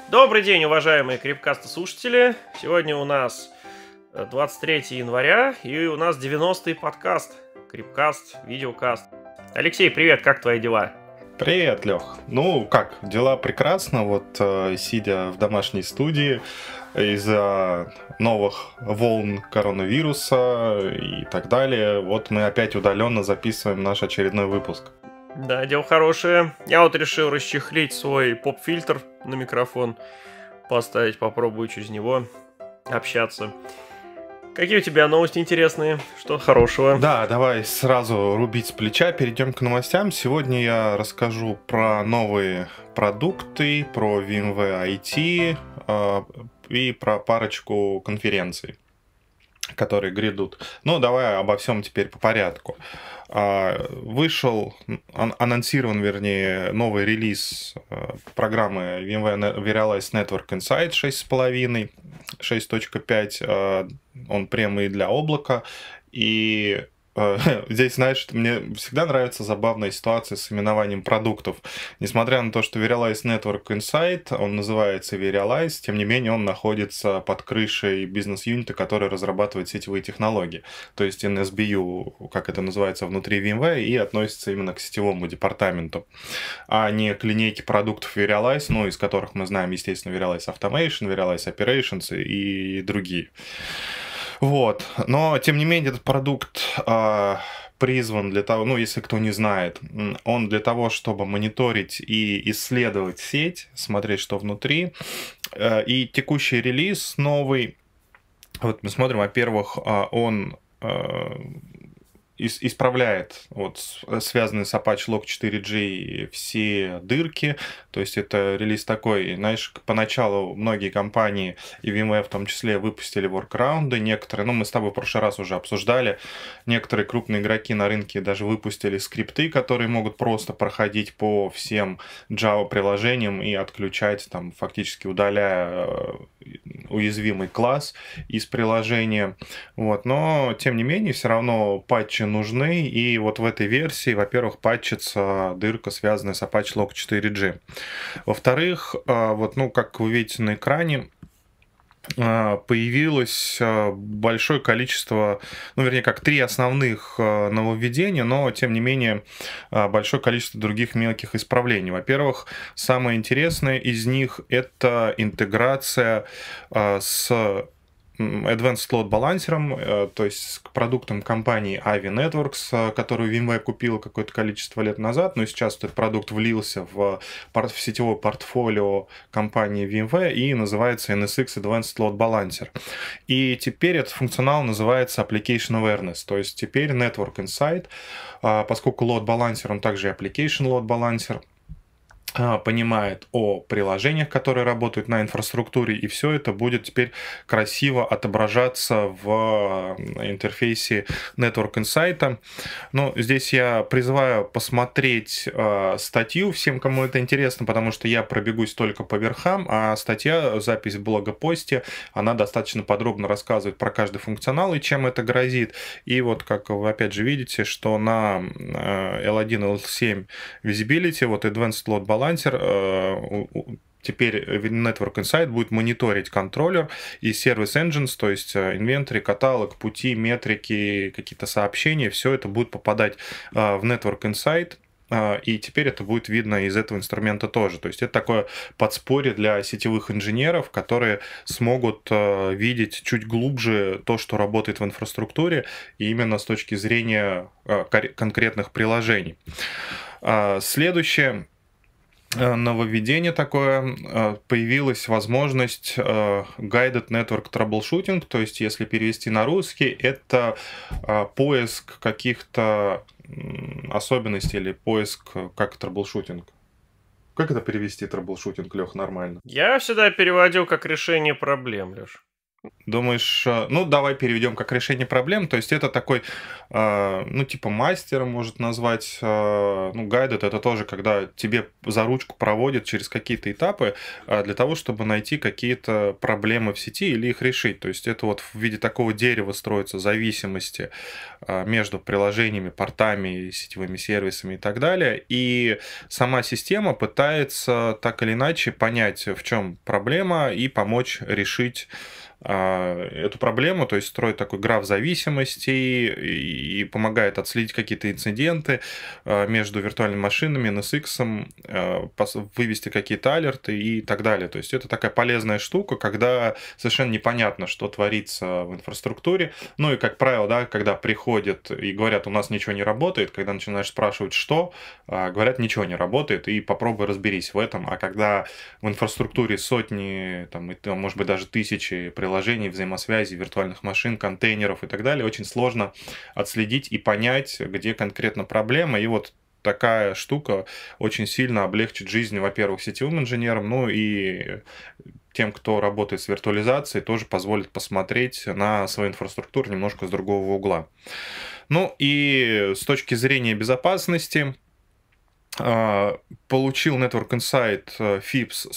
Добрый день, уважаемые крипкаст-слушатели. Сегодня у нас 23 января, и у нас 90-й подкаст. Крипкаст, видеокаст. Алексей, привет, как твои дела? Привет, Лех. Ну, как, дела прекрасно. Сидя в домашней студии из-за новых волн коронавируса и так далее, мы опять удаленно записываем наш очередной выпуск. Да, дело хорошее. Я решил расчехлить свой поп-фильтр на микрофон, поставить, попробую через него общаться. Какие у тебя новости интересные? Что хорошего? Да, давай сразу рубить с плеча, перейдем к новостям. Сегодня я расскажу про новые продукты, про VMware IT и про парочку конференций, которые грядут. Давай обо всем теперь по порядку. Анонсирован, новый релиз программы VMware Virtualized Network Insight 6.5, 6.5, он прямо и для облака, и здесь, знаешь, мне всегда нравится забавная ситуация с именованием продуктов. Несмотря на то, что Virtualized Network Insight, он называется Virtualized, тем не менее он находится под крышей бизнес-юнита, который разрабатывает сетевые технологии. То есть NSBU, как это называется, внутри VMware, и относится именно к сетевому департаменту, а не к линейке продуктов Virtualized, из которых мы знаем, естественно, Virtualized Automation, Virtualized Operations и другие. Но, тем не менее, этот продукт призван для того, если кто не знает, он для того, чтобы мониторить и исследовать сеть, смотреть, что внутри. И текущий релиз новый, мы смотрим, во-первых, он исправляет связанные с Apache Log 4J все дырки. То есть это релиз такой, знаешь, поначалу многие компании, и VMware в том числе, выпустили воркараунды. Некоторые, мы с тобой в прошлый раз уже обсуждали, некоторые крупные игроки на рынке даже выпустили скрипты, которые могут просто проходить по всем Java-приложениям и отключать, фактически удаляя уязвимый класс из приложения. Но, тем не менее, все равно патчи нужны, и в этой версии, во-первых, патчится дырка, связанная с Apache Log 4J. Во-вторых, как вы видите на экране, появилось большое количество, три основных нововведения, но, тем не менее, большое количество других мелких исправлений. Во-первых, самое интересное из них — это интеграция с Advanced Load Balancer, то есть к продуктам компании Ivy Networks, которую VMware купила какое-то количество лет назад, но сейчас этот продукт влился в сетевое портфолио компании VMware и называется NSX Advanced Load Balancer. И теперь этот функционал называется Application Awareness, то есть теперь Network Insight, поскольку Load Balancer, он также Application Load Balancer, понимает о приложениях, которые работают на инфраструктуре, и все это будет теперь красиво отображаться в интерфейсе Network Insight. Здесь я призываю посмотреть статью всем, кому это интересно, потому что я пробегусь только по верхам, а статья, запись в блогопосте, она достаточно подробно рассказывает про каждый функционал и чем это грозит. И как вы опять же видите, что на L1, L7 Visibility, Advanced Load Balancer, теперь Network Insight будет мониторить контроллер и Service Engines, то есть инвентарь, каталог, пути, метрики, какие-то сообщения, все это будет попадать в Network Insight. И теперь это будет видно из этого инструмента тоже. То есть это такое подспорье для сетевых инженеров, которые смогут видеть чуть глубже то, что работает в инфраструктуре, и именно с точки зрения конкретных приложений. Следующее нововведение такое, появилась возможность Guided Network Troubleshooting, то есть если перевести на русский, это поиск каких-то особенностей или поиск как трэблшутинг. Как это перевести трэблшутинг, Лех, нормально? Я всегда переводил как решение проблем, Леш. Думаешь, ну, давай переведем как решение проблем. То есть это такой, ну, типа мастера может назвать, ну, гайдед это тоже, когда тебе за ручку проводят через какие-то этапы для того, чтобы найти какие-то проблемы в сети или их решить. То есть это вот в виде такого дерева строятся зависимости между приложениями, портами, сетевыми сервисами и так далее. И сама система пытается так или иначе понять, в чем проблема, и помочь решить эту проблему, то есть строит такой граф зависимостей и помогает отследить какие-то инциденты между виртуальными машинами, NSX, вывести какие-то алерты и так далее. То есть это такая полезная штука, когда совершенно непонятно, что творится в инфраструктуре. Ну и, как правило, да, когда приходят и говорят, у нас ничего не работает, когда начинаешь спрашивать, что, говорят, ничего не работает, и попробуй разберись в этом. А когда в инфраструктуре сотни, там, может быть, даже тысячи приложений, взаимосвязи, виртуальных машин, контейнеров и так далее, очень сложно отследить и понять, где конкретно проблема. И вот такая штука очень сильно облегчит жизнь, во-первых, сетевым инженерам, ну и тем, кто работает с виртуализацией, тоже позволит посмотреть на свою инфраструктуру немножко с другого угла. Ну и с точки зрения безопасности, получил Network Insight FIPS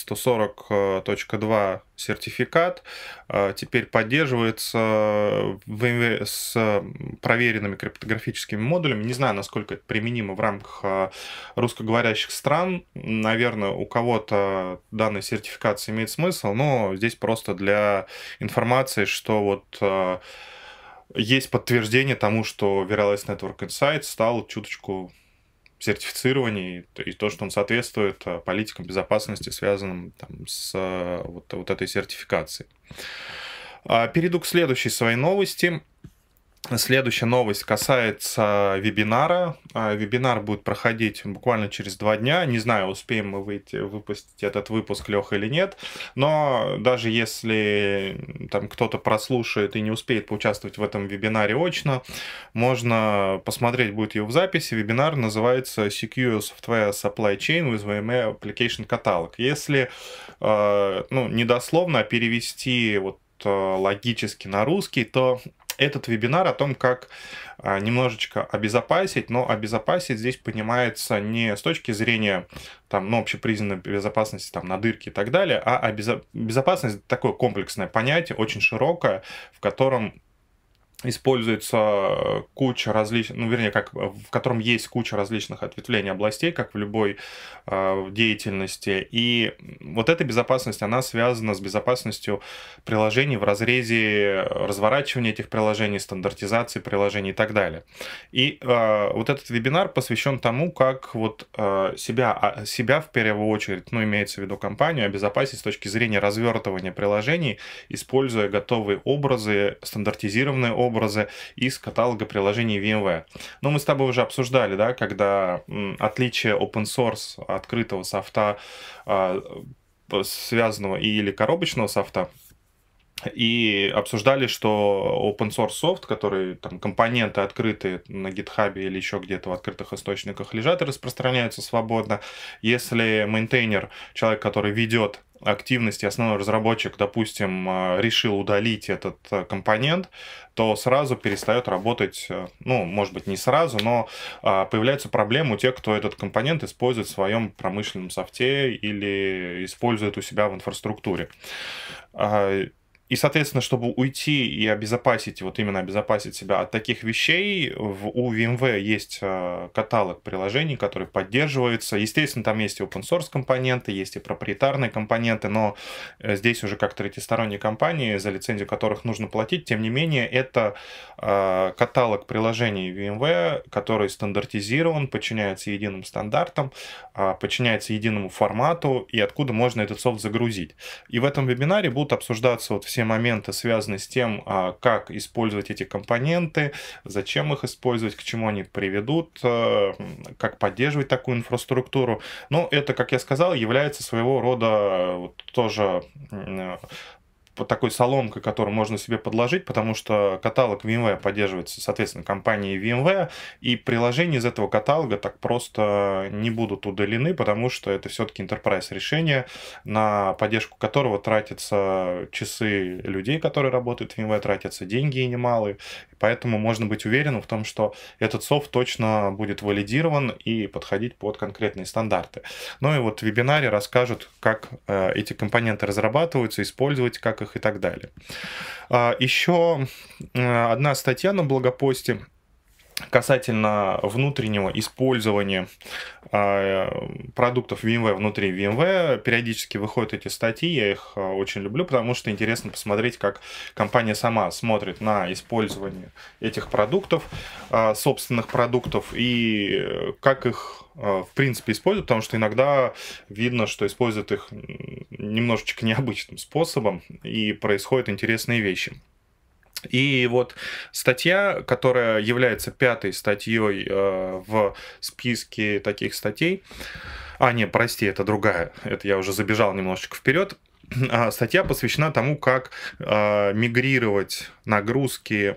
140.2 сертификат, теперь поддерживается с проверенными криптографическими модулями. Не знаю, насколько это применимо в рамках русскоговорящих стран. Наверное, у кого-то данная сертификация имеет смысл, но здесь просто для информации, что вот есть подтверждение тому, что Veralys Network Insight стал чуточку сертифицировании, и то, что он соответствует политикам безопасности, связанным там, с вот этой сертификацией. Перейду к следующей своей новости. Следующая новость касается вебинара. Вебинар будет проходить буквально через 2 дня. Не знаю, успеем мы выпустить этот выпуск, Леха, или нет. Но даже если там кто-то прослушает и не успеет поучаствовать в этом вебинаре очно, можно посмотреть будет его в записи. Вебинар называется Secure Software Supply Chain with VMware Application Catalog. Если ну, недословно, а перевести вот логически на русский, то этот вебинар о том, как немножечко обезопасить, но обезопасить здесь понимается не с точки зрения там, ну, общепризнанной безопасности там, на дырки и так далее, а безопасность такое комплексное понятие, очень широкое, в котором используется куча различных, ну, вернее, как, в котором есть куча различных ответвлений областей, как в любой деятельности. И вот эта безопасность, она связана с безопасностью приложений в разрезе разворачивания этих приложений, стандартизации приложений и так далее. И вот этот вебинар посвящен тому, как вот себя в первую очередь, ну, имеется в виду компанию, обезопасить с точки зрения развертывания приложений, используя готовые образы, стандартизированные образы из каталога приложений VMware. Но мы с тобой уже обсуждали, да, когда отличие open source открытого софта, связанного или коробочного софта, и обсуждали, что open source софт, который там компоненты открытые на GitHub или еще где-то в открытых источниках лежат и распространяются свободно. Если мейнтейнер, человек, который ведет активности, основной разработчик, допустим, решил удалить этот компонент, то сразу перестает работать, ну, может быть, не сразу, но появляются проблемы у тех, кто этот компонент использует в своем промышленном софте или использует у себя в инфраструктуре. И, соответственно, чтобы уйти и обезопасить, вот именно обезопасить себя от таких вещей, у VMware есть каталог приложений, который поддерживается. Естественно, там есть и open source компоненты, есть и проприетарные компоненты, но здесь уже как третьесторонние компании, за лицензию которых нужно платить. Тем не менее, это каталог приложений VMware, который стандартизирован, подчиняется единым стандартам, подчиняется единому формату, и откуда можно этот софт загрузить. И в этом вебинаре будут обсуждаться вот все моменты, связанные с тем, как использовать эти компоненты, зачем их использовать, к чему они приведут, как поддерживать такую инфраструктуру. Но это, как я сказал, является своего рода вот тоже такой соломкой, которую можно себе подложить, потому что каталог VMware поддерживается, соответственно, компанией VMware, и приложения из этого каталога так просто не будут удалены, потому что это все-таки enterprise решение, на поддержку которого тратятся часы людей, которые работают в VMware, тратятся деньги и немалые. Поэтому можно быть уверенным в том, что этот софт точно будет валидирован и подходить под конкретные стандарты. Ну и вот в вебинаре расскажут, как эти компоненты разрабатываются, использовать, как их и так далее. Еще одна статья на блогопосте касательно внутреннего использования продуктов VMware внутри VMware. Периодически выходят эти статьи, я их очень люблю, потому что интересно посмотреть, как компания сама смотрит на использование этих продуктов, собственных продуктов, и как их в принципе используют, потому что иногда видно, что используют их немножечко необычным способом, и происходят интересные вещи. И вот статья, которая является 5-й статьей в списке таких статей, это другая, это я уже забежал немножечко вперед. Статья посвящена тому, как мигрировать нагрузки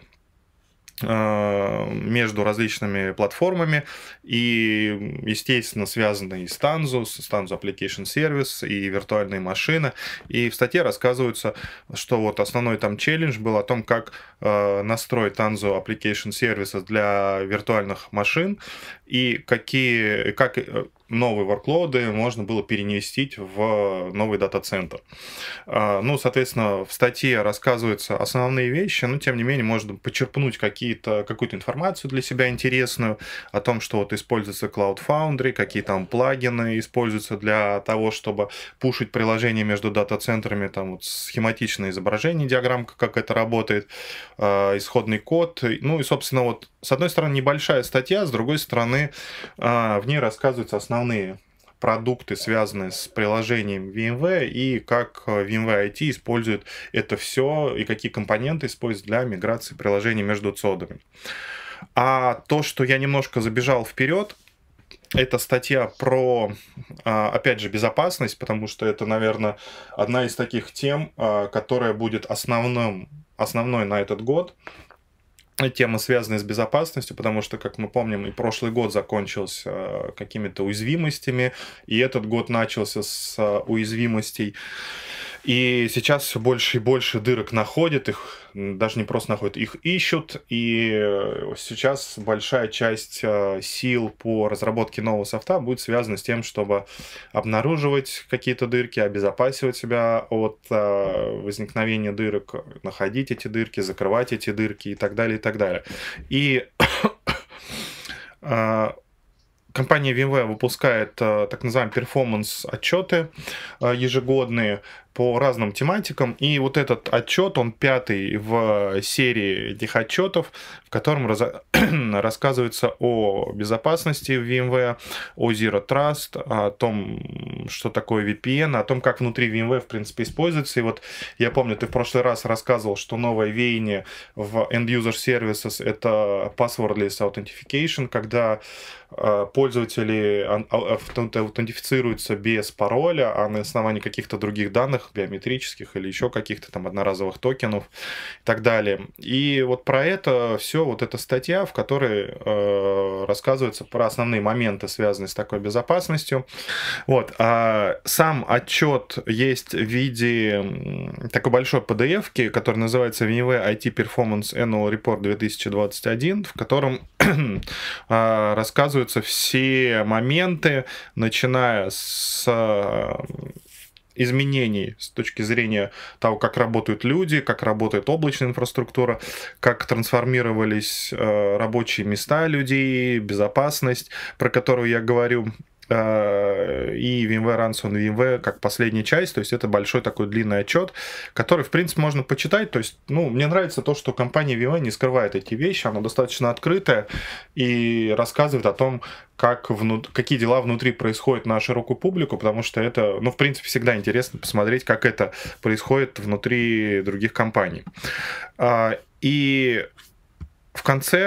между различными платформами и, естественно, связанные с Tanzu Application Service и виртуальные машины. И в статье рассказывается, что вот основной там челлендж был о том, как настроить Tanzu Application Services для виртуальных машин и как новые workload можно было переместить в новый дата-центр. Ну, соответственно, в статье рассказываются основные вещи, но, тем не менее, можно почерпнуть какую-то информацию для себя интересную о том, что вот используется Cloud Foundry, какие там плагины используются для того, чтобы пушить приложения между дата-центрами, там вот схематичное изображение, диаграммка, как это работает, исходный код. Ну и, собственно, вот с одной стороны небольшая статья, с другой стороны в ней рассказываются основные продукты, связанные с приложением VMware, и как VMware IT использует это все, и какие компоненты используют для миграции приложений между цодами. А то, что я немножко забежал вперед, это статья про, опять же, безопасность, потому что это, наверное, одна из таких тем, которая будет основной на этот год. Тема, связанная с безопасностью, потому что, как мы помним, и прошлый год закончился какими-то уязвимостями, и этот год начался с уязвимостей. И сейчас все больше и больше дырок находят, их даже не просто находят, их ищут, и сейчас большая часть сил по разработке нового софта будет связана с тем, чтобы обнаруживать какие-то дырки, обезопасивать себя от возникновения дырок, находить эти дырки, закрывать эти дырки и так далее, и так далее. И компания VMware выпускает так называемые перформанс-отчеты ежегодные по разным тематикам. И вот этот отчет, он 5-й в серии этих отчетов, в котором рассказывается о безопасности в VMware, о Zero Trust, о том, что такое VPN, о том, как внутри VMware, в принципе, используется. И вот я помню, ты в прошлый раз рассказывал, что новое веяние в End-User Services — это Passwordless Authentication, когда пользователи аутентифицируются без пароля, а на основании каких-то других данных, биометрических или еще каких-то там одноразовых токенов и так далее. И вот про это все, вот эта статья, в которой рассказывается про основные моменты, связанные с такой безопасностью. Вот. А сам отчет есть в виде такой большой PDF-ки, который называется VMware IT Performance Annual Report 2021, в котором рассказываются все моменты, начиная с изменений с точки зрения того, как работают люди, как работает облачная инфраструктура, как трансформировались рабочие места людей, безопасность, про которую я говорю, и VMware Runs on VMware как последняя часть, то есть это большой такой длинный отчет, который, в принципе, можно почитать. То есть, мне нравится то, что компания VMware не скрывает эти вещи, она достаточно открытая и рассказывает о том, какие дела внутри происходят на широкую публику, потому что это, в принципе, всегда интересно посмотреть, как это происходит внутри других компаний. И в конце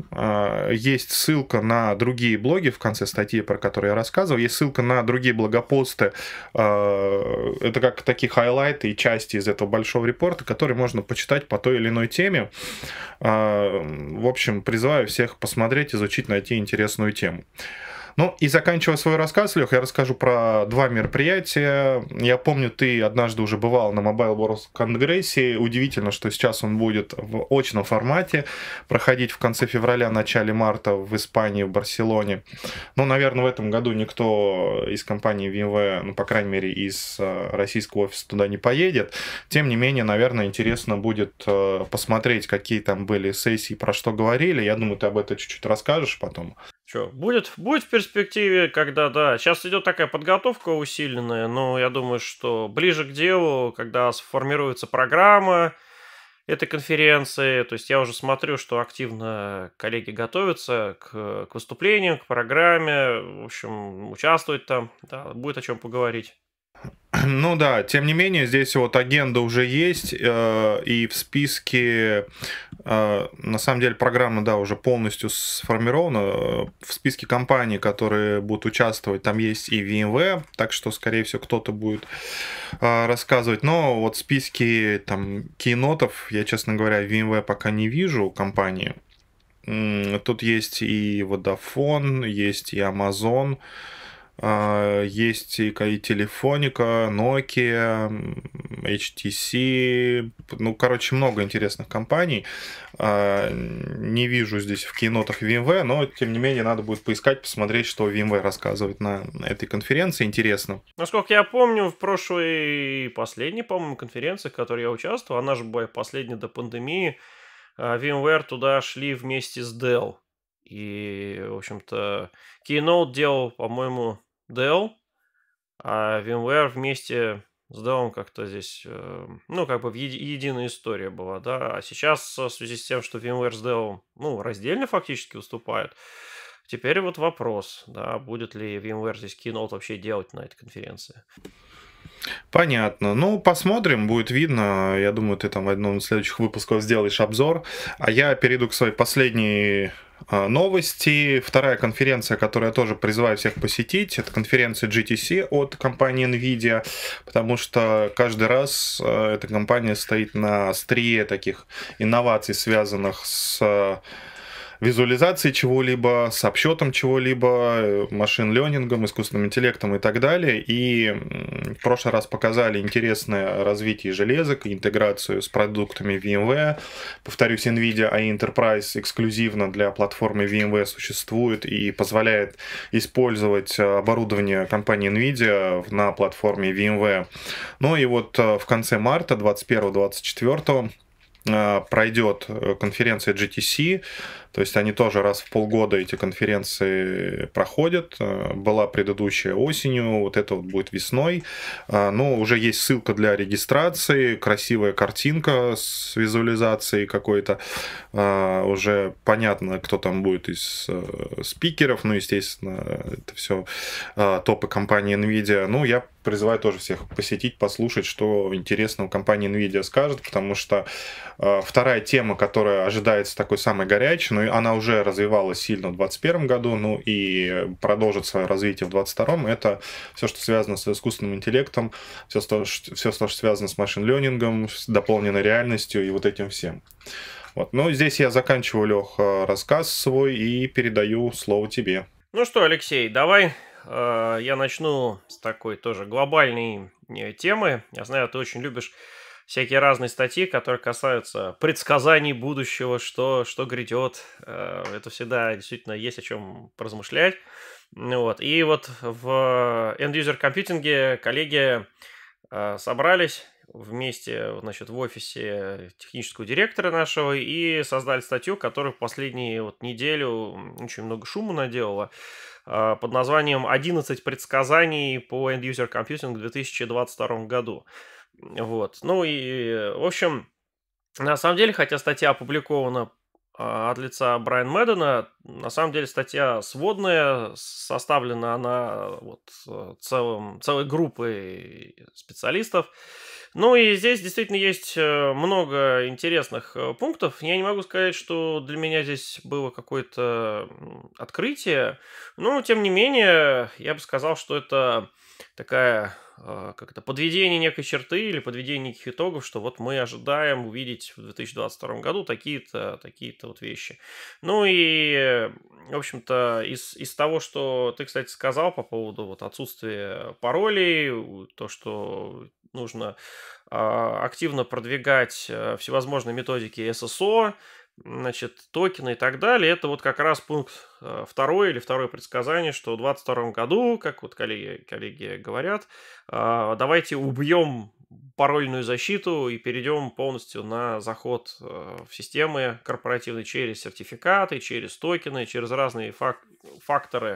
есть ссылка на другие блоги в конце статьи, про которые я рассказывал. Есть ссылка на другие блогопосты. Это как такие хайлайты и части из этого большого репорта, которые можно почитать по той или иной теме. В общем, призываю всех посмотреть, изучить, найти интересную тему. Ну и заканчивая свой рассказ, Лех, я расскажу про два мероприятия. Я помню, ты однажды уже бывал на Mobile World Конгрессе. Удивительно, что сейчас он будет в очном формате проходить в конце февраля, начале марта в Испании, в Барселоне. Ну, наверное, в этом году никто из компании VMware, ну, по крайней мере, из российского офиса туда не поедет. Тем не менее, наверное, интересно будет посмотреть, какие там были сессии, про что говорили. Я думаю, ты об этом чуть-чуть расскажешь потом. Что, будет в перспективе, когда, да, сейчас идет такая подготовка усиленная, но я думаю, что ближе к делу, когда сформируется программа этой конференции, то есть я уже смотрю, что активно коллеги готовятся к выступлениям, к программе, в общем, участвовать там, да, будет о чем поговорить. Ну да, тем не менее, здесь вот агенда уже есть, и в списке, на самом деле, программа, да, уже полностью сформирована. В списке компаний, которые будут участвовать, там есть и VMware, так что, скорее всего, кто-то будет рассказывать. Но вот в списке там кейнотов, я, честно говоря, VMware пока не вижу компании. Тут есть и Vodafone, есть и Amazon, есть и Телефоника, Nokia, HTC, ну, короче, много интересных компаний. Не вижу здесь в кейнотах VMware, но, тем не менее, надо будет поискать, посмотреть, что VMware рассказывает на этой конференции. Интересно. Насколько я помню, в прошлой и последней, по-моему, конференции, в которой я участвовал, она же была последняя до пандемии, VMware туда шли вместе с Dell. И, в общем-то, Keynote делал, по-моему, Dell, а VMware вместе с Dell как-то здесь, ну, как бы единая история была, да. А сейчас, в связи с тем, что VMware с Dell, ну, раздельно фактически выступают, теперь вот вопрос, да, будет ли VMware здесь Keynote вообще делать на этой конференции. Понятно. Ну, посмотрим, будет видно. Я думаю, ты там в одном из следующих выпусков сделаешь обзор. А я перейду к своей последней новости. Вторая конференция, которую я тоже призываю всех посетить, это конференция GTC от компании NVIDIA, потому что каждый раз эта компания стоит на острие таких инноваций, связанных с визуализацией чего-либо, с обсчетом чего-либо, машин-лернингом, искусственным интеллектом и так далее. И в прошлый раз показали интересное развитие железок, интеграцию с продуктами VMware. Повторюсь, NVIDIA AI Enterprise эксклюзивно для платформы VMware существует и позволяет использовать оборудование компании NVIDIA на платформе VMware. Ну и вот в конце марта, 21-24, пройдет конференция GTC, то есть они тоже раз в полгода эти конференции проходят. Была предыдущая осенью, вот это вот будет весной. Но уже есть ссылка для регистрации, красивая картинка с визуализацией какой-то. Уже понятно, кто там будет из спикеров. Ну, естественно, это все топы компании NVIDIA. Ну, я призываю тоже всех посетить, послушать, что интересного компания NVIDIA скажет, потому что вторая тема, которая ожидается такой самой горячей, но она уже развивалась сильно в 2021 году, ну и продолжит свое развитие в 2022, это все, что связано с искусственным интеллектом, все, что связано с машин-лернингом, с дополненной реальностью и вот этим всем. Вот. Ну, здесь я заканчиваю, Лех, рассказ свой и передаю слово тебе. Ну что, Алексей, давай я начну с такой тоже глобальной темы. Я знаю, ты очень любишь всякие разные статьи, которые касаются предсказаний будущего, что грядет. Это всегда действительно есть о чем поразмышлять. Вот. И вот в End-User Computing коллеги собрались вместе, значит, в офисе технического директора нашего и создали статью, которая в последнюю вот неделю очень много шума наделала, под названием «11 предсказаний по End-User Computing в 2022 году». Вот. Ну и, в общем, на самом деле, хотя статья опубликована от лица Брайана Мэддена. На самом деле статья сводная, составлена она вот целой группой специалистов. Ну и здесь действительно есть много интересных пунктов. Я не могу сказать, что для меня здесь было какое-то открытие, но тем не менее я бы сказал, что это такая как это, подведение некой черты или подведение неких итогов, что вот мы ожидаем увидеть в 2022 году такие-то вот вещи. Ну и, в общем-то, из того, что ты, кстати, сказал по поводу вот отсутствия паролей, то, что нужно активно продвигать всевозможные методики ССО, значит, токены и так далее, это вот как раз пункт второй или второе предсказание, что в 2022 году, как вот коллеги говорят, давайте убьем парольную защиту и перейдем полностью на заход в системы корпоративные через сертификаты, через токены, через разные факторы,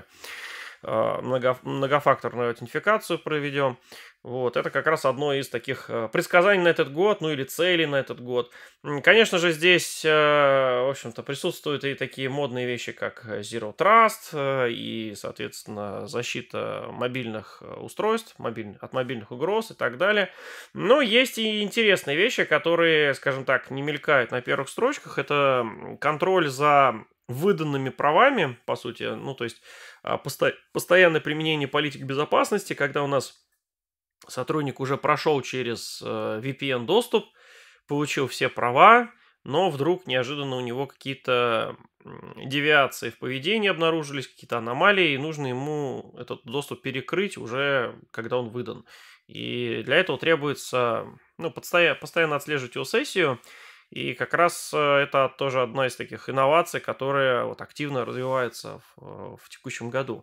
многофакторную аутентификацию проведем. Вот, это как раз одно из таких предсказаний на этот год, ну или целей на этот год. Конечно же, здесь, в общем-то, присутствуют и такие модные вещи, как Zero Trust и, соответственно, защита мобильных устройств, от мобильных угроз и так далее. Но есть и интересные вещи, которые, скажем так, не мелькают на первых строчках. Это контроль за выданными правами, по сути, ну, то есть постоянное применение политик безопасности, когда у нас сотрудник уже прошел через VPN доступ, получил все права, но вдруг неожиданно у него какие-то девиации в поведении обнаружились, какие-то аномалии, и нужно ему этот доступ перекрыть уже, когда он выдан. И для этого требуется постоянно отслеживать его сессию, и как раз это тоже одна из таких инноваций, которая вот активно развивается в текущем году.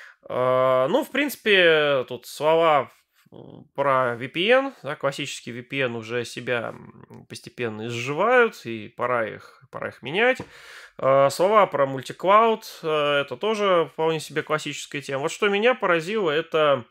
Ну, в принципе, тут слова про VPN, да, классический VPN уже себя постепенно изживают, и пора их менять. Слова про мультиклауд, это тоже вполне себе классическая тема. Вот что меня поразило, это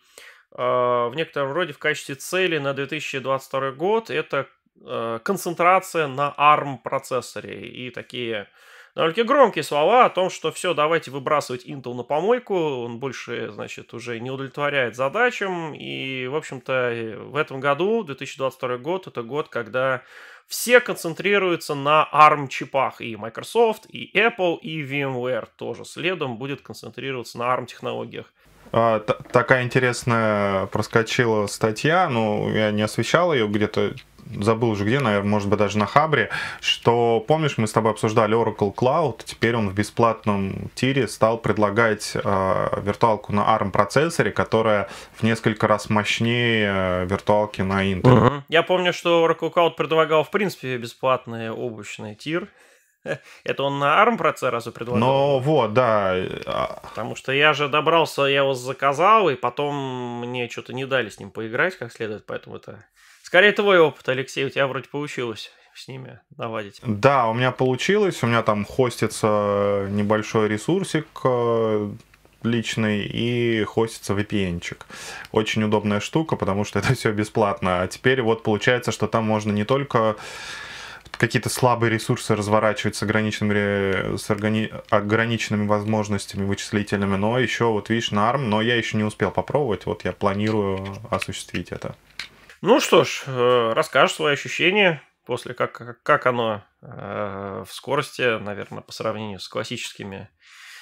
в некотором роде в качестве цели на 2022 год, это концентрация на ARM процессоре и такие довольно громкие слова о том, что все, давайте выбрасывать Intel на помойку, он больше, значит, уже не удовлетворяет задачам, и, в общем-то, в этом году, 2022 год, это год, когда все концентрируются на ARM-чипах, и Microsoft, и Apple, и VMware тоже следом будет концентрироваться на ARM-технологиях. Такая интересная проскочила статья, ну, я не освещал ее где-то, забыл уже где, наверное, может быть, даже на Хабре, что, помнишь, мы с тобой обсуждали Oracle Cloud, теперь он в бесплатном тире стал предлагать виртуалку на ARM-процессоре, которая в несколько раз мощнее виртуалки на Intel. Угу. Я помню, что Oracle Cloud предлагал, в принципе, бесплатный облачный тир. Это он на ARM процессор разве предлагал? Ну вот, да. Потому что я же добрался, я его заказал, и потом мне что-то не дали с ним поиграть как следует, поэтому это... Скорее твой опыт, Алексей, у тебя вроде получилось с ними наладить. Да, у меня получилось, у меня там хостится небольшой ресурсик личный и хостится VPN-чик. Очень удобная штука, потому что это все бесплатно. А теперь вот получается, что там можно не только какие-то слабые ресурсы разворачивать с ограниченными возможностями вычислительными, но еще, вот видишь, на ARM, но я еще не успел попробовать, вот я планирую осуществить это. Ну что ж, расскажешь свои ощущения после, как оно в скорости, наверное, по сравнению с классическими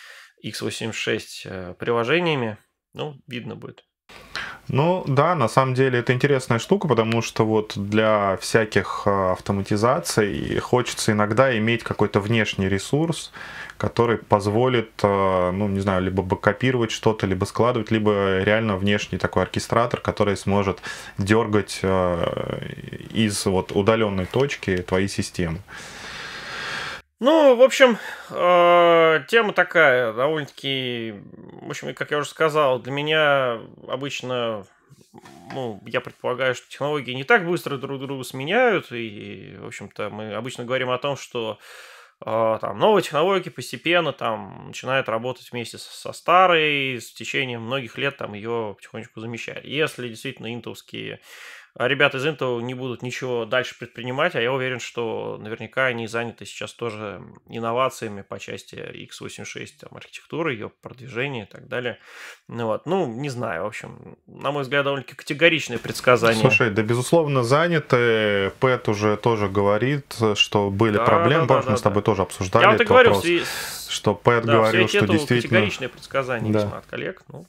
x86 приложениями, ну, видно будет. Ну да, на самом деле это интересная штука, потому что вот для всяких автоматизаций хочется иногда иметь какой-то внешний ресурс, который позволит, ну не знаю, либо бэккопировать что-то, либо складывать, либо реально внешний такой оркестратор, который сможет дергать из вот удаленной точки твои системы. Ну, в общем, тема такая, довольно-таки, в общем, как я уже сказал, для меня обычно, ну, я предполагаю, что технологии не так быстро друг друга сменяют, и, в общем-то, мы обычно говорим о том, что там новые технологии постепенно там начинают работать вместе со старой, с течением многих лет там ее потихонечку замещают. Если действительно интовские ребята из Intel не будут ничего дальше предпринимать, а я уверен, что наверняка они заняты сейчас тоже инновациями по части x86, там, архитектуры, ее продвижения и так далее. Ну, вот. Ну, не знаю, в общем, на мой взгляд, довольно-таки категоричные предсказания. Слушай, да, безусловно, заняты. Пэт уже тоже говорит, что были проблемы. Помнишь, мы с тобой тоже обсуждали я вот и этот говорю, вопрос, что Пэт говорил, что действительно... категоричные предсказания Да. весьма от коллег, ну...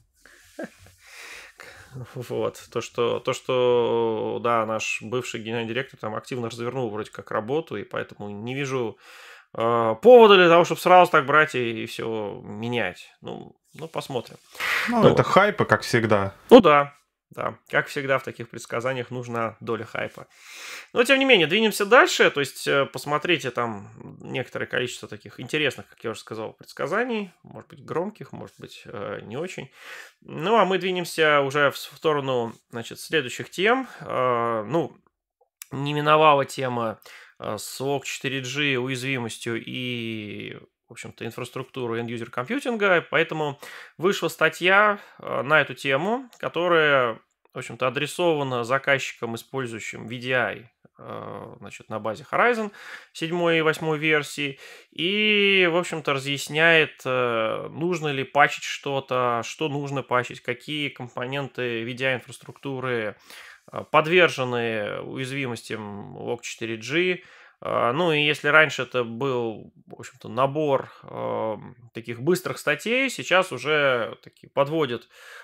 Вот, то, что, да, наш бывший генеральный директор там активно развернул вроде как работу, и поэтому не вижу повода для того, чтобы сразу так брать и все менять. Ну, посмотрим. Ну, это хайпы, как всегда. Ну да, как всегда в таких предсказаниях нужна доля хайпа. Но, тем не менее, двинемся дальше. То есть, посмотрите там некоторое количество таких интересных, как я уже сказал, предсказаний. Может быть, громких, может быть, не очень. Ну, а мы двинемся уже в сторону, значит, следующих тем. Ну, не миновала тема с OC 4G уязвимостью и, в общем-то, инфраструктуру end-user компьютинга, поэтому вышла статья на эту тему, которая, в общем-то, адресована заказчикам, использующим VDI, значит, на базе Horizon 7 и 8 версии, и, в общем-то, разъясняет, нужно ли патчить что-то, что нужно патчить, какие компоненты VDI-инфраструктуры подвержены уязвимостям OC 4G. Ну и если раньше это был, в общем-то, набор таких быстрых статей, сейчас уже такие подводят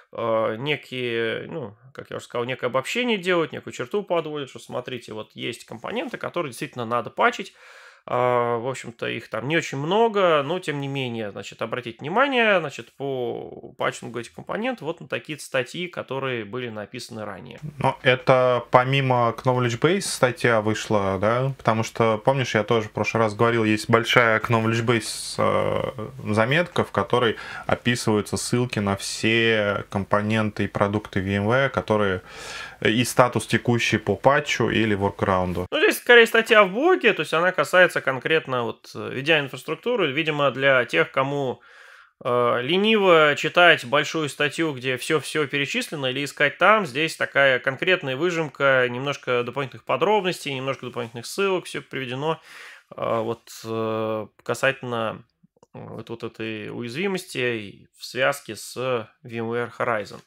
некие, ну, как я уже сказал, некое обобщение делают, некую черту подводят, что смотрите, вот есть компоненты, которые действительно надо патчить. В общем-то, их там не очень много, но тем не менее, значит, обратить внимание, значит, по патчингу этих компонентов вот на такие статьи, которые были написаны ранее. Но это помимо Knowledge Base статья вышла, да? Потому что, помнишь, я тоже в прошлый раз говорил, есть большая Knowledge Base заметка, в которой описываются ссылки на все компоненты и продукты VMware, которые и статус текущий по патчу или воркараунду. Ну, здесь скорее статья в блоге, то есть она касается конкретно вот VDI-инфраструктуры, видимо, для тех, кому лениво читать большую статью, где все перечислено, или искать там. Здесь такая конкретная выжимка, немножко дополнительных подробностей, немножко дополнительных ссылок, все приведено вот касательно вот этой уязвимости в связке с VMware Horizon.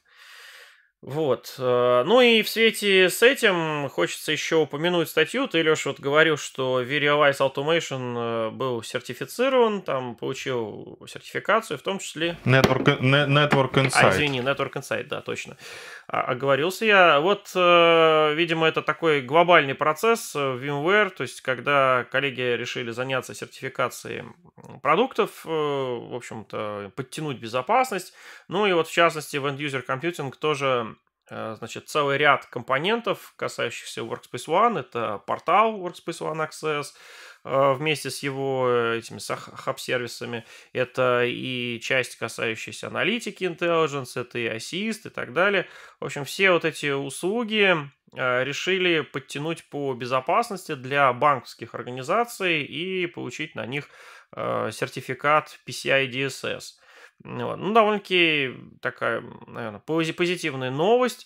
Вот. Ну и в свете с этим хочется еще упомянуть статью. Ты, Леш, вот говорил, что Verialize Automation был сертифицирован, там получил сертификацию, в том числе... Network Insight. Извини, Network Insight, да, точно. Оговорился я. Вот, видимо, это такой глобальный процесс в VMware, то есть когда коллеги решили заняться сертификацией продуктов, в общем-то, подтянуть безопасность. Ну и вот, в частности, в End User Computing тоже, значит, целый ряд компонентов, касающихся Workspace ONE. Это портал Workspace ONE Access вместе с его этими хаб-сервисами. Это и часть, касающаяся аналитики Intelligence, это и Assist и так далее. В общем, все вот эти услуги решили подтянуть по безопасности для банковских организаций и получить на них сертификат PCI DSS. Ну, довольно-таки такая, наверное, позитивная новость.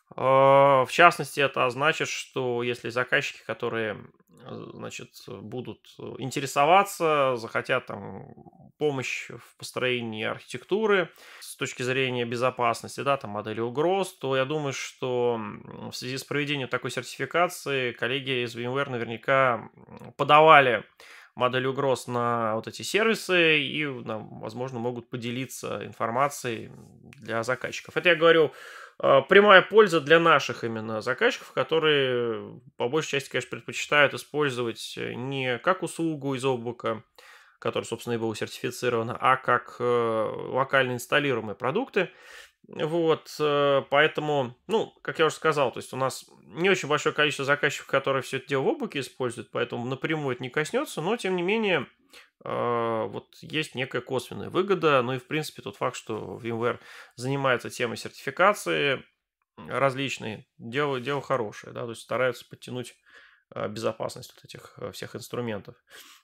В частности, это значит, что если заказчики, которые, значит, будут интересоваться, захотят там помощь в построении архитектуры с точки зрения безопасности, да, там модели угроз, то я думаю, что в связи с проведением такой сертификации коллеги из VMware наверняка подавали модель угроз на вот эти сервисы и, возможно, могут поделиться информацией для заказчиков. Это я говорю прямая польза для наших именно заказчиков, которые по большей части, конечно, предпочитают использовать не как услугу из облака, которая, собственно, и была сертифицирована, а как локально инсталируемые продукты. Вот, поэтому, ну, как я уже сказал, то есть у нас не очень большое количество заказчиков, которые все это дело в облаке используют, поэтому напрямую это не коснется, но, тем не менее, вот есть некая косвенная выгода, ну и, в принципе, тот факт, что VMware занимается темой сертификации различной, дело хорошее, да, то есть стараются подтянуть безопасность вот этих всех инструментов.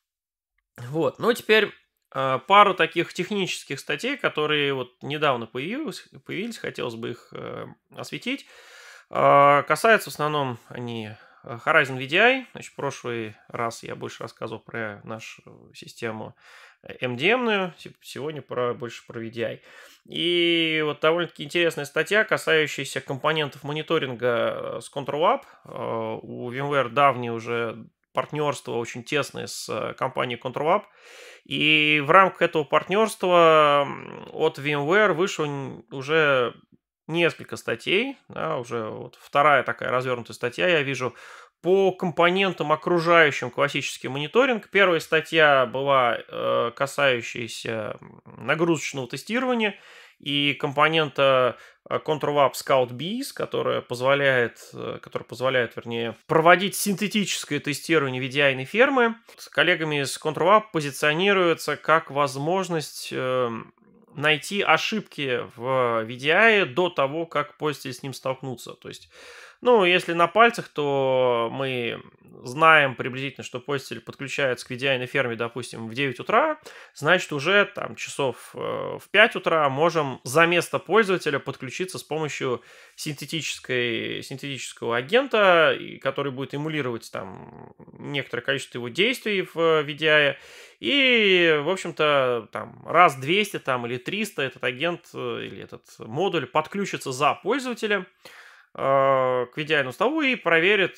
Вот, ну, теперь пару таких технических статей, которые вот недавно появились, хотелось бы их осветить. Касаются в основном они Horizon VDI. Значит, в прошлый раз я больше рассказывал про нашу систему MDM-ную, сегодня больше про VDI. И вот довольно-таки интересная статья, касающаяся компонентов мониторинга с ControlUp. У VMware давнее уже партнерство очень тесное с компанией ControlUp. И в рамках этого партнерства от VMware вышло уже несколько статей, да, уже вот вторая такая развернутая статья, я вижу, по компонентам, окружающим классический мониторинг. Первая статья была касающаяся нагрузочного тестирования и компонента ControlUp Scout Bees, который позволяет, вернее, проводить синтетическое тестирование VDI-ной фермы. С коллегами из ControlUp позиционируется как возможность найти ошибки в VDI до того, как пользователи с ним столкнутся. То есть, ну, если на пальцах, то мы знаем приблизительно, что пользователь подключается к VDI на ферме, допустим, в 9 утра, значит, уже там часов в 5 утра можем за место пользователя подключиться с помощью синтетического агента, который будет эмулировать там некоторое количество его действий в VDI. И, в общем-то, там раз 200 там, или 300 этот агент или этот модуль подключится за пользователя к VDI столу и проверит,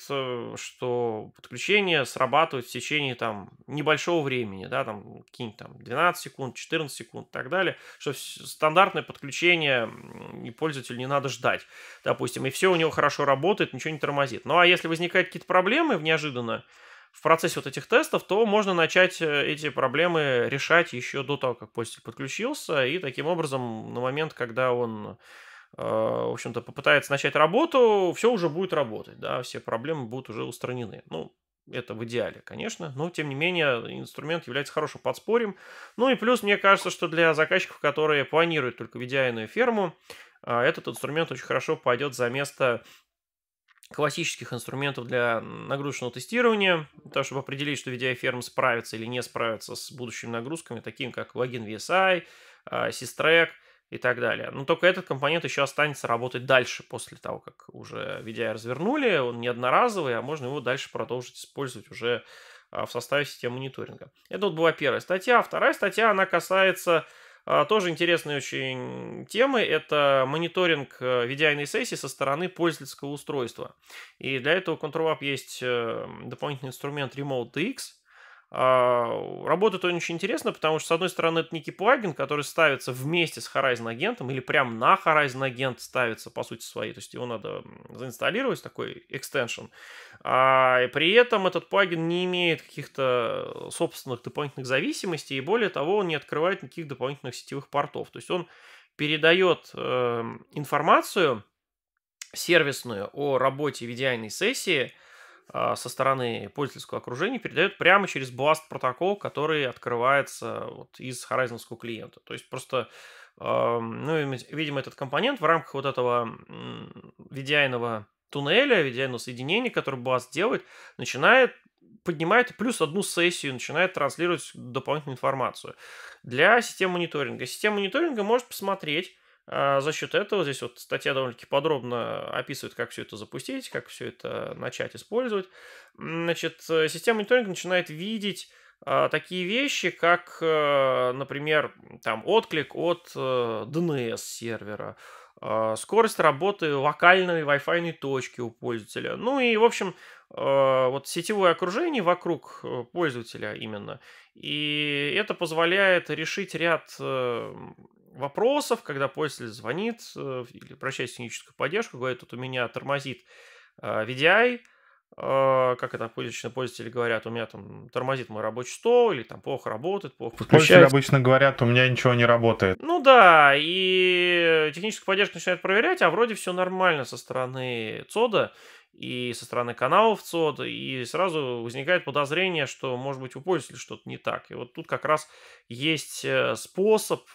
что подключение срабатывает в течение там небольшого времени, да, там какие-нибудь там 12 секунд, 14 секунд и так далее, что стандартное подключение и пользователю не надо ждать, допустим, и все у него хорошо работает, ничего не тормозит. Ну а если возникают какие-то проблемы неожиданно в процессе вот этих тестов, то можно начать эти проблемы решать еще до того, как пользователь подключился, и таким образом на момент, когда он в общем-то, попытается начать работу, все уже будет работать, да, все проблемы будут уже устранены. Ну, это в идеале, конечно, но, тем не менее, инструмент является хорошим подспорьем. Ну и плюс, мне кажется, что для заказчиков, которые планируют только VDI-ную ферму, этот инструмент очень хорошо пойдет за место классических инструментов для нагрузочного тестирования, для того, чтобы определить, что VDI-ферма справится или не справится с будущими нагрузками, такими как Login VSI, Systrack и так далее. Но только этот компонент еще останется работать дальше, после того, как уже VDI развернули. Он не одноразовый, а можно его дальше продолжить использовать уже в составе системы мониторинга. Это вот была первая статья. Вторая статья, она касается тоже интересной очень темы. Это мониторинг VDI-ной сессии со стороны пользовательского устройства. И для этого у ControlUp есть дополнительный инструмент RemoteDX. Работает он очень интересно, потому что, с одной стороны, это некий плагин, который ставится вместе с Horizon агентом или прямо на Horizon агент ставится, по сути своей. То есть его надо заинсталлировать, такой экстеншн. И при этом этот плагин не имеет каких-то собственных дополнительных зависимостей, и более того, он не открывает никаких дополнительных сетевых портов. То есть он передает информацию сервисную о работе VDI-ной сессии со стороны пользовательского окружения, передает прямо через Blast протокол, который открывается вот из Horizon клиента. То есть просто, ну, видимо, этот компонент в рамках вот этого VDI-ного туннеля, VDI-ного соединения, который Blast делает, поднимает плюс одну сессию, начинает транслировать дополнительную информацию для системы мониторинга. Система мониторинга может посмотреть, за счет этого здесь вот статья довольно-таки подробно описывает, как все это запустить, как все это начать использовать. Значит, система мониторинга начинает видеть такие вещи, как, например, там отклик от DNS сервера, скорость работы локальной Wi-Fi точки у пользователя. Ну и, в общем, вот сетевое окружение вокруг пользователя именно. И это позволяет решить ряд вопросов, когда пользователь звонит или обращается в техническую поддержку, говорит, тут у меня тормозит VDI, как это обычно пользователи говорят, у меня там тормозит мой рабочий стол, или там плохо работает, плохо Пользователи подключается. обычно говорят, у меня ничего не работает. Ну да, и техническая поддержка начинает проверять, а вроде все нормально со стороны ЦОДа и со стороны каналов ЦОД, и сразу возникает подозрение, что, может быть, у пользователя что-то не так. И вот тут как раз есть способ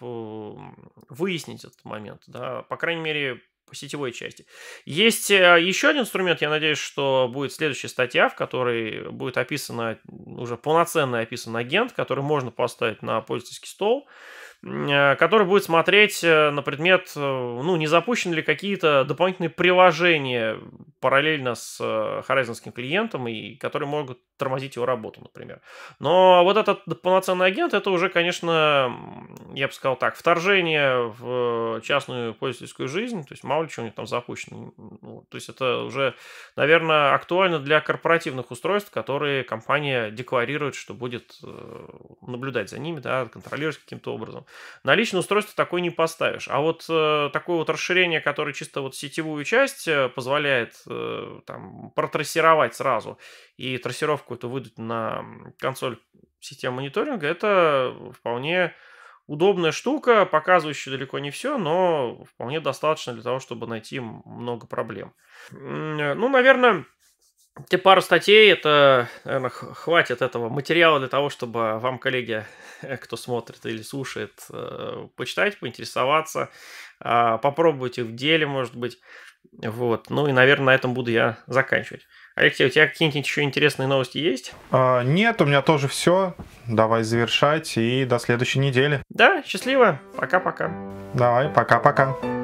выяснить этот момент, да, по крайней мере, по сетевой части. Есть еще один инструмент, я надеюсь, что будет следующая статья, в которой будет описано, уже полноценный описан агент, который можно поставить на пользовательский стол. который будет смотреть на предмет, ну, не запущены ли какие-то дополнительные приложения параллельно с Horizon клиентом, и которые могут тормозить его работу, например. Но вот этот полноценный агент, это уже, конечно, я бы сказал так, вторжение в частную пользовательскую жизнь, то есть мало ли что у них там запущено. Ну, то есть это уже, наверное, актуально для корпоративных устройств, которые компания декларирует, что будет наблюдать за ними, да, контролировать каким-то образом. На личное устройство такой не поставишь. А вот такое вот расширение, которое чисто вот сетевую часть позволяет там протрассировать сразу и трассировку эту выдать на консоль системы мониторинга, это вполне удобная штука, показывающая далеко не все, но вполне достаточно для того, чтобы найти много проблем. Ну, наверное, те пару статей, это, наверное, хватит этого материала для того, чтобы вам, коллеги, кто смотрит или слушает, почитать, поинтересоваться, попробуйте в деле, может быть. Вот. Ну и, наверное, на этом буду я заканчивать. Алексей, у тебя какие-нибудь еще интересные новости есть? Нет, у меня тоже все. Давай завершать и до следующей недели. Да, счастливо. Пока-пока. Давай, пока-пока.